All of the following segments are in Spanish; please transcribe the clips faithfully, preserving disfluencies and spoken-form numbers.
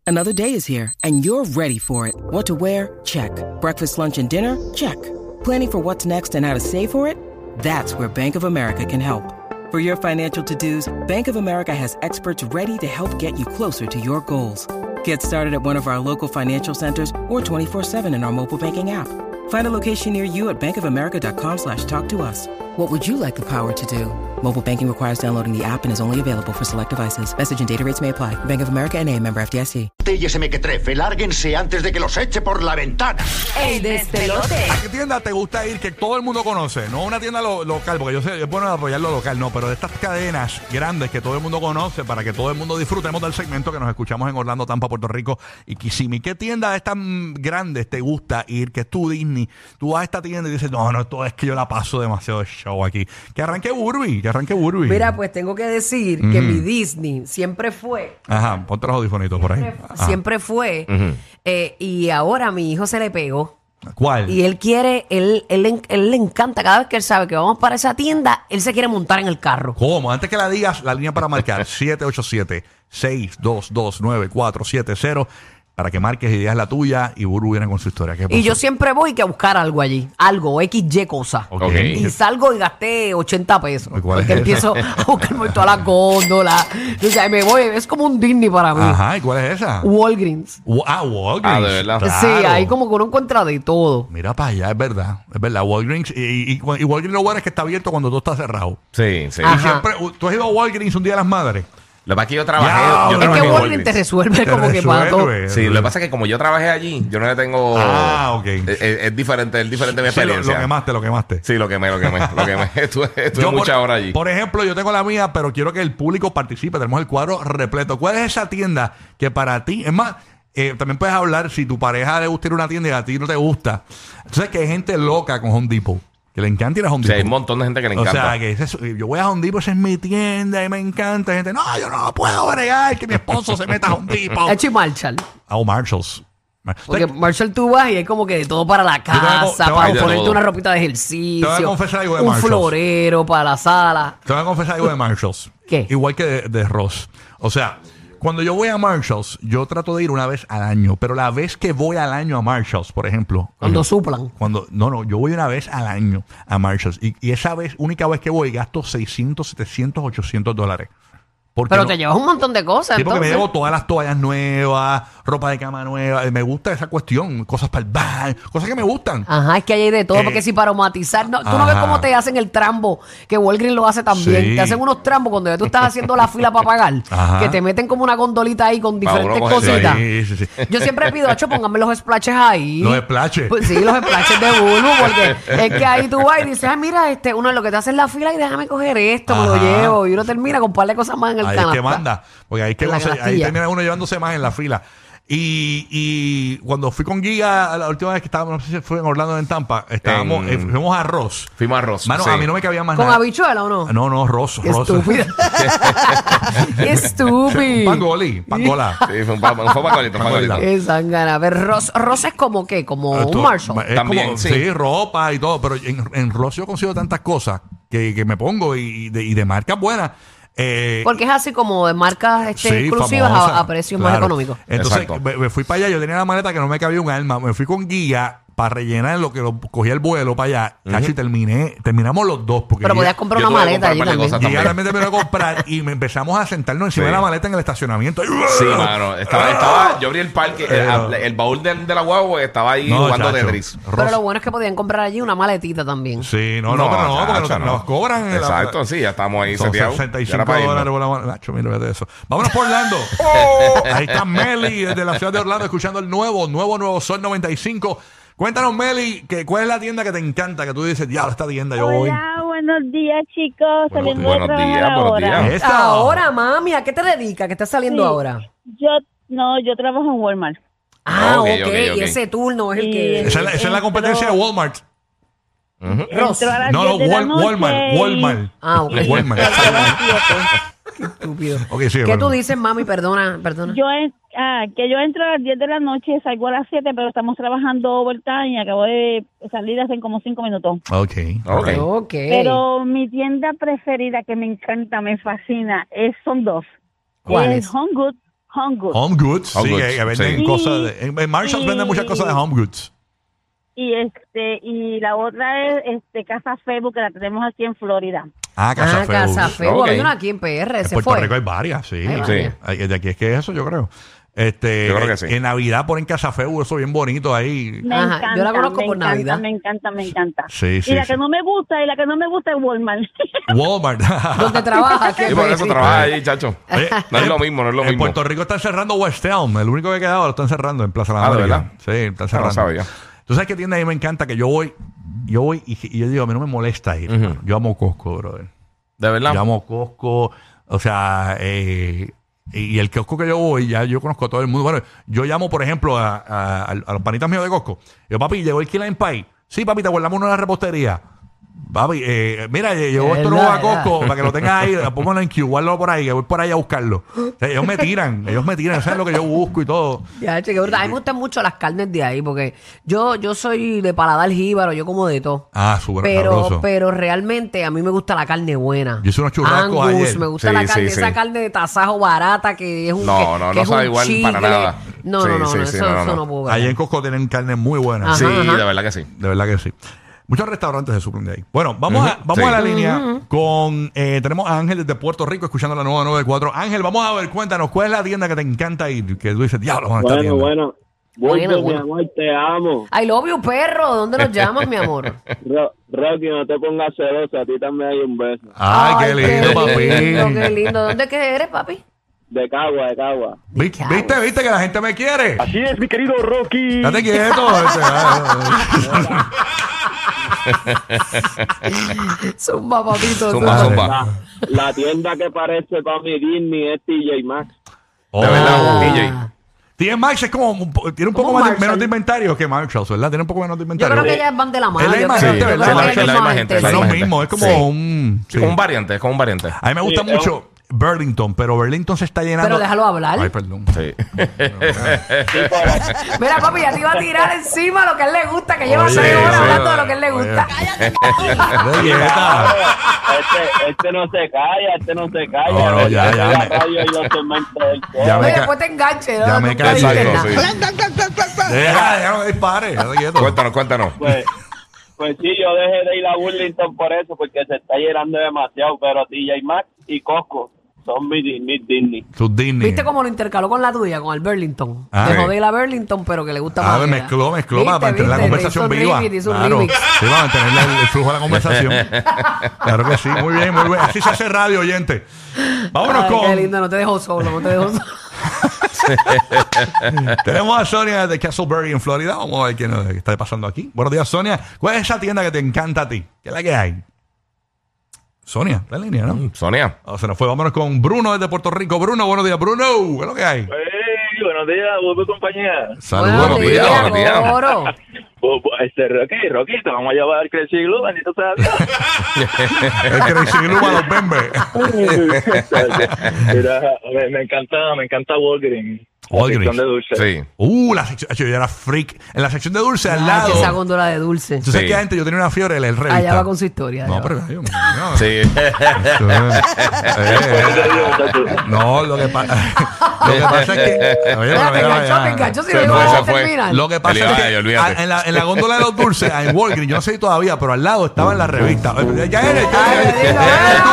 Another day is here, and you're ready for it. What to wear? Check. Breakfast, lunch, and dinner? Check. Planning for what's next and how to save for it? That's where Bank of America can help. For your financial to-dos, Bank of America has experts ready to help get you closer to your goals. Get started at one of our local financial centers or twenty-four seven in our mobile banking app. Find a location near you at bankofamerica.com slash talk to us. What would you like the power to do? Mobile banking requires downloading the app and is only available for select devices. Message and data rates may apply. Bank of America N A, member F D I C. Y ese mequetrefe, lárguense antes de que los eche por la ventana. ¡Ey, despelote! ¿A qué tienda te gusta ir que todo el mundo conoce? No una tienda lo- local, porque yo sé, es bueno apoyar lo local, no, pero de estas cadenas grandes que todo el mundo conoce para que todo el mundo disfrutemos del segmento que nos escuchamos en Orlando, Tampa, Puerto Rico y Kissimmee. ¿Qué tienda de estas mm, grandes te gusta ir? Que es tu Disney. Tú vas a esta tienda y dices, no, no, todo es que yo la paso demasiado de show aquí. Que arranque Burby, que arranque Burby. Mira, pues tengo que decir que mi Disney siempre fue, Ajá, ponte los audifonitos por ahí. Ajá. siempre fue, eh, y ahora a mi hijo se le pegó. ¿Cuál? Y él quiere, él, él, él, él le encanta, cada vez que él sabe que vamos para esa tienda, él se quiere montar en el carro. ¿Cómo? Antes que la digas, la línea para marcar siete ocho siete, seis dos dos, nueve cuatro siete cero para que marques y digas la tuya y Burbu viene con su historia. ¿Qué pasó? Y yo siempre voy que a buscar algo allí, algo, X Y cosa. Ok. Y salgo y gasté ochenta pesos. ¿Y cuál es Porque esa? empiezo a buscarme todas las góndolas. O sea, me voy, es como un Disney para mí. Ajá, ¿y cuál es esa? Walgreens. Wa- Ah, Walgreens. Ah, ¿de verdad? Claro. Sí, ahí como que uno encuentra de todo. Mira para allá, es verdad. Es verdad, Walgreens. Y, y, y Walgreens lo bueno es que está abierto cuando todo está cerrado. Sí, sí. Y Ajá. siempre, ¿tú has ido a Walgreens un día de las madres? Lo que pasa es que yo trabajé. Ya, yo es trabajé Es que en Walgreens te resuelve Te como que para todo. resuelve. Sí, lo que pasa es que como yo trabajé allí, yo no le tengo. Ah, ok. Es, es- es diferente, es diferente mi Sí, lo, experiencia. lo quemaste, lo quemaste. Sí, lo quemé, lo quemé, lo quemé. Estuve, estuve Yo, muchas por, horas allí. por ejemplo, yo tengo la mía, pero quiero que el público participe. Tenemos el cuadro repleto. ¿Cuál es esa tienda que para ti, es más, eh, también puedes hablar si tu pareja le gusta ir a una tienda y a ti no te gusta? Entonces, que hay gente loca con Home Depot, que le encanta ir a Home Sí, Depot. hay un montón de gente que le O encanta. sea, que ese es- yo voy a Home Depot, esa es mi tienda y me encanta. Hay gente, no, yo no puedo bregar que mi esposo se meta a Home Depot. Hecho y Marshall. A Marshalls. Porque Marshall tú vas y hay como que de todo para la tengo- casa, tengo- para de ponerte todo. una ropita de Te voy a ejercicio, confesar algo de un Marshalls. florero para la sala. Te voy a confesar algo de Marshalls. ¿Qué? Igual que de, de Ross. O sea, cuando yo voy a Marshalls, yo trato de ir una vez al año. Pero la vez que voy al año a Marshalls, por ejemplo. Cuando suplan. Cuando, no, no, yo voy una vez al año a Marshalls. Y, y esa vez, única vez que voy, gasto seiscientos, setecientos, ochocientos dólares. Porque Pero no- te llevas un montón de cosas. Sí, porque me entonces. llevo todas las toallas nuevas, ropa de cama nueva. eh, Me gusta esa cuestión, cosas para el baño, cosas que me gustan. Ajá, es que hay de todo, Eh, porque si para aromatizar, no, tú no ves ajá. cómo te hacen el trambo, que Walgreens lo hace también. Sí. Te hacen unos trambos cuando ya tú estás haciendo la fila para pagar, Ajá. que te meten como una gondolita ahí con Pa' uno diferentes cogerse cositas. Sí, sí, sí. Yo siempre pido, hecho, pónganme los splashes ahí. Los splashes. Pues sí, los splashes de Bulbo, porque es que ahí tú vas y dices, ay, mira, este, uno lo que te hace en la fila y déjame coger esto, me lo Ajá. llevo. Y uno termina con un par de cosas más en el Ahí es canasta. que manda. Porque ahí, es que En la uno se- ahí canastilla. termina uno llevándose más en la fila. Y, y cuando fui con Guía, la última vez que estábamos, no sé si fue en Orlando o en Tampa, estábamos, En- eh, fuimos a Ross. Fuimos a Ross. Mano, sí. a mí no me cabía más ¿Con nada. habichuela o no? No, no, Ross. Qué Ross. estúpido. Qué estúpido. Pangoli, pangola. Sí, fue un pa- fue un pacolito, un pacolito. Pangolita. Qué sangana. A ver, Ross, Ross es como qué, como Esto- un Marshall. Es También, como, sí. sí. ropa y todo. Pero en, en Ross yo consigo tantas cosas que, que me pongo y de, y de marcas buenas. Eh, Porque es así como de marcas este, Sí, exclusivas famosa, a, a precios más claro. económicos. Entonces Exacto. me, me fui para allá, yo tenía la maleta que no me cabía un alma, me fui con Guía para rellenar lo que lo, cogía el vuelo para allá, cacho, y terminé, terminamos los dos porque Pero Guía- podías comprar yo una tuve que maleta allí comprar un par de también. cosas. Guía también. también terminó de comprar y me empezamos a sentarnos encima Sí. de la maleta en el estacionamiento. Sí, mano. Estaba, estaba, yo abrí el parque, el, Pero- el baúl de, de la guagua estaba ahí No, jugando chacho, Tetris. Pero Ross- lo bueno es que podían comprar allí una maletita también. Sí, no, no, pero no, porque chacho, nos, nos cobran. en la- Exacto, sí, ya estamos ahí Son seteados. sesenta y Ya era cinco para irnos. dólares por la mano. Nacho, mira, de eso. Vámonos por Orlando. Ahí está Meli desde la ciudad de Orlando escuchando el nuevo, nuevo, nuevo Sol noventa y cinco. Cuéntanos, Meli, que, ¿cuál es la tienda que te encanta? Que tú dices, diablo, esta tienda yo voy. Hola, buenos días, chicos. Buenos- Saliendo buenos de trabajar días, buenos ahora. días. Esta. Ahora, mami, ¿a qué te dedicas? ¿Qué estás saliendo Sí. ahora? Yo, no, yo trabajo en Walmart. Ah, Ok, ok, ok, ok. y ese turno es el Y- que... Esa es la, esa es la competencia de Walmart. Ross. Entro a las No, no, diez de la Wal- noche Walmart. y- Walmart. Ah, ok. Walmart. Salgo a las siete. Estúpido. Ok, sí, ¿Qué bueno. tú dices, mami? Perdona, perdona. Yo en- ah, que yo entro a las diez de la noche, salgo a las siete, pero estamos trabajando overtime y acabo de salir hace como cinco minutos. Ok. Ok. Ok. Pero mi tienda preferida que me encanta, me fascina, es, son dos. ¿Cuál es es? Home Goods, Home Goods. Home Goods, Home sí, Goods, que, que venden sí. cosas. De, en, en Marshalls Y- venden muchas cosas de Home Goods. Y este y la otra es este Casa Facebook, que la tenemos aquí en Florida. Ah, Casa Ah, Feu. Casa Feu. Ok. Hay una aquí en P R, En se Puerto fue. Rico hay varias, sí. Hay Sí. varias. Hay- De aquí es que es eso, yo creo. Este, Yo creo que sí. En Navidad ponen Casa Feu, eso bien bonito ahí. Me Ajá, encanta, yo la conozco me por encanta, Navidad. Me encanta, me encanta. Sí, sí, Y la sí. que no me gusta, y la que no me gusta es Walmart. Walmart. ¿Dónde trabaja? ¿Qué Y por eso sí. trabaja ahí, chacho. Oye, No es lo mismo, no es lo en mismo. Puerto Rico están cerrando West Elm. El único que ha quedado lo están cerrando en Plaza de la Ah, ¿de América. verdad? Sí, están Ah, no cerrando. sabía. ¿Tú sabes qué tienda ahí me encanta? Que yo voy, yo voy y, y yo digo, a mí no me molesta ir. Ujú. Hermano. Yo amo Costco, brother. De verdad. Yo amo Costco. O sea, eh, y el Costco que yo voy, ya yo conozco a todo el mundo. Bueno, yo llamo, por ejemplo, a, a- a- a los panitas míos de Costco. Yo, papi, llegó el Key Lime Pie. Sí, papi, te guardamos uno en la repostería. Papi, eh, mira, llegó esto nuevo a Costco para que lo tengas ahí, póngalo en Q, guárdalo por ahí, que voy por ahí a buscarlo. O sea, ellos me tiran, ellos me tiran, saben lo que yo busco y todo. Ya, che, qué brutal. A mí me gustan mucho las carnes de ahí porque yo, yo soy de paladar jíbaro, yo como de todo. Ah, súper Pero, sabroso. pero realmente a mí me gusta la carne buena. Yo hice unos churrascos Angus, ayer. me gusta Sí, la sí, carne, sí. esa carne de tasajo barata que es un No, que- no, que no es sabe un igual para chicle. nada. No, Sí, no, no, sí, no, sí, eso, no, no, eso no. no puedo ver. Allá en Costco tienen carne muy buena. Ajá, Sí, ajá. de verdad que sí. De verdad que sí. Muchos restaurantes se suplen de ahí. Bueno, vamos, Ujú, a, vamos sí. a la línea con... eh, tenemos a Ángel desde Puerto Rico escuchando la nueva noventa y cuatro. Ángel, vamos a ver, cuéntanos, ¿cuál es la tienda que te encanta ir? Que tú dices, diablo, ¿dónde está Bueno, tienda? bueno. Bueno, Bulto, mi bueno. amor, te amo. I love you, perro. ¿Dónde nos llamas, mi amor? Ro- Rocky, no te pongas celoso, a ti también hay un beso. Ay, qué lindo, lindo, papi. qué lindo. ¿Dónde que eres, papi? De Cagua, de Cagua. Vi- ¿Viste, viste que la gente me quiere? Así es, mi querido Rocky. Date quieto. ese, ah, Zumba, papito. Zumba, zumba. La, la tienda que parece para mi Disney es T J Maxx. oh. De verdad, D J. T N Max es como, un po- tiene un Como poco más de- Marshall. menos de inventario que Marshalls, ¿verdad? Tiene un poco menos de Yo inventario. creo que Eh, ellas van de la mano. es la yo misma creo. gente, Yo ¿verdad? creo que Es la es misma más gente, es la lo misma mismo, es como Sí. un... Sí, como un variante, es como un variante. A mí me gusta Sí, mucho Burlington, pero Burlington se está llenando... Pero déjalo hablar. Ay, perdón. Sí. Mira, papi, ya te iba a tirar encima lo que a él le gusta, que lleva Oye, seis horas sí, hablando de lo que a él le oye. gusta. Date quieta. Este, este no se calla, este no se calla. No, no, ya, Este ya la me- radio y los segmentos del show. Ya me Oye, ca- después te enganche, ¿no? ya me Nunca cansé. dijiste Exacto, nada. sí. Deja, ya no dispare, date quieto. Cuéntanos, cuéntanos. Pues, pues sí, yo dejé de ir a Burlington por eso, porque se está llenando demasiado, pero T J Maxx y Costco son mi, mi Disney. Sus Disney. ¿Viste cómo lo intercaló con la tuya, con el Burlington? Ah, Dejó sí. de ir a Burlington, pero que le gusta Ah, más. me mezcló, mezcló para ¿Viste, mantener la viste? conversación Hizo un viva. remix, hizo un Claro. remix. Sí, para mantener el, el flujo de la conversación. Claro que sí, muy bien, muy bien. Así se hace radio, oyente. Vámonos Ay, con... qué lindo, no te dejo solo, no te dejo solo. Tenemos a Sonia de Castleberry en Florida. Vamos a ver qué nos- qué está pasando aquí. Buenos días, Sonia. ¿Cuál es esa tienda que te encanta a ti? ¿Qué es la que hay? Sonia, la línea, ¿no? Sonia. Oh, se nos fue. Vámonos con Bruno desde Puerto Rico. Bruno, buenos días, Bruno. ¿Qué es lo que hay? Hey, buenos días, buena compañía. Saludos. buenos días, buenos días. Oro. Bu- bu- Este, Rocky, Rocky, te vamos a llevar al Crazy Glue, bendito sea Dios. El Crazy Glue a los Bembe. Mira, me, me encanta, me encanta Walgreens. La Walgreens. sección de dulce. Sí. Uh, la sección. Yo era freak. En la sección de dulce al Ay, lado. esa góndola de dulce. ¿Tú sabes Sí. que antes yo tenía una fiebre el revista? Allá va con su historia. allá No, va. pero yo, no, Sí. Eh, eh, no, lo que pasa lo que pasa es que oye, Mira, pero me mira, enganchó, mira, me enganchó, si Se no fue, iba se a fue. terminar. Lo que pasa Eli, es que vaya, olvídate. a- en, la, en la góndola de los dulces en Walgreens, yo no sé si todavía, pero al lado estaba en la revista. Eh, Ya eres, ya Ay, eres, me digo,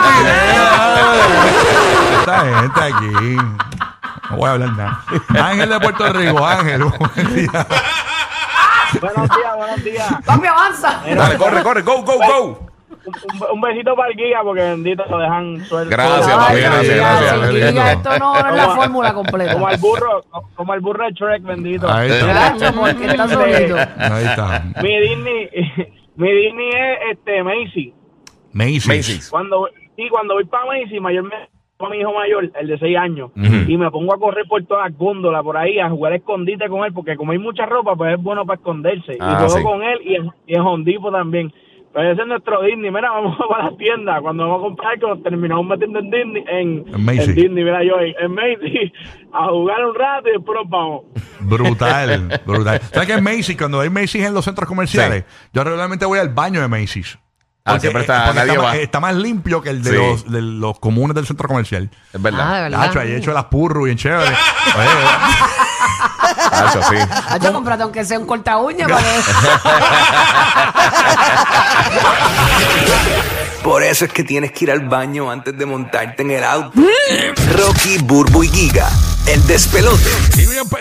esta gente aquí. No voy a hablar nada. Ángel de Puerto Rico, Ángel. Buen día. Buenos días, buenos días. Papi, avanza. Dale, corre, corre, go, go, go. Un, un besito para el guía, porque bendito lo dejan suelto. Gracias, Ay, papi, Dios gracias, mío, gracias. sin Qué lindo. guía, esto no, no es la Como- fórmula completa. Como al burro, como al burro de Shrek, bendito. Ahí está. Gacho, porque está solito. Ahí está. Mi Disney, mi Disney es este Macy. Macy's. Macy's. Cuando y cuando voy para Macy, mayormente con mi hijo mayor, el de seis años, Ujú. y me pongo a correr por todas las góndolas por ahí a jugar escondite con él, porque como hay mucha ropa, pues es bueno para esconderse. Ah, y juego sí. con él y en, y en Home Depot también. Pero ese es nuestro Disney. Mira, vamos para la tienda. Cuando vamos a comprar, que nos terminamos metiendo en Disney, en, En Macy. en Disney, mira yo, en, en Macy, a jugar un rato y después nos vamos. Brutal, brutal. ¿Sabes que en Macy's, cuando hay Macy's en los centros comerciales, yo regularmente voy al baño de Macy's. Ah, Porque, siempre eh, está, porque nadie está, va. más, está más limpio que el de, Sí. los, de los comunes del centro comercial. Es verdad. Ah, de verdad. Nacho, ahí he hecho las purru bien chévere. Oye, Nacho, sí. Hacho, cómprate aunque sea un corta uña para que... Por eso es que tienes que ir al baño antes de montarte en el auto. Rocky, Burbu y Giga, el despelote. y bien,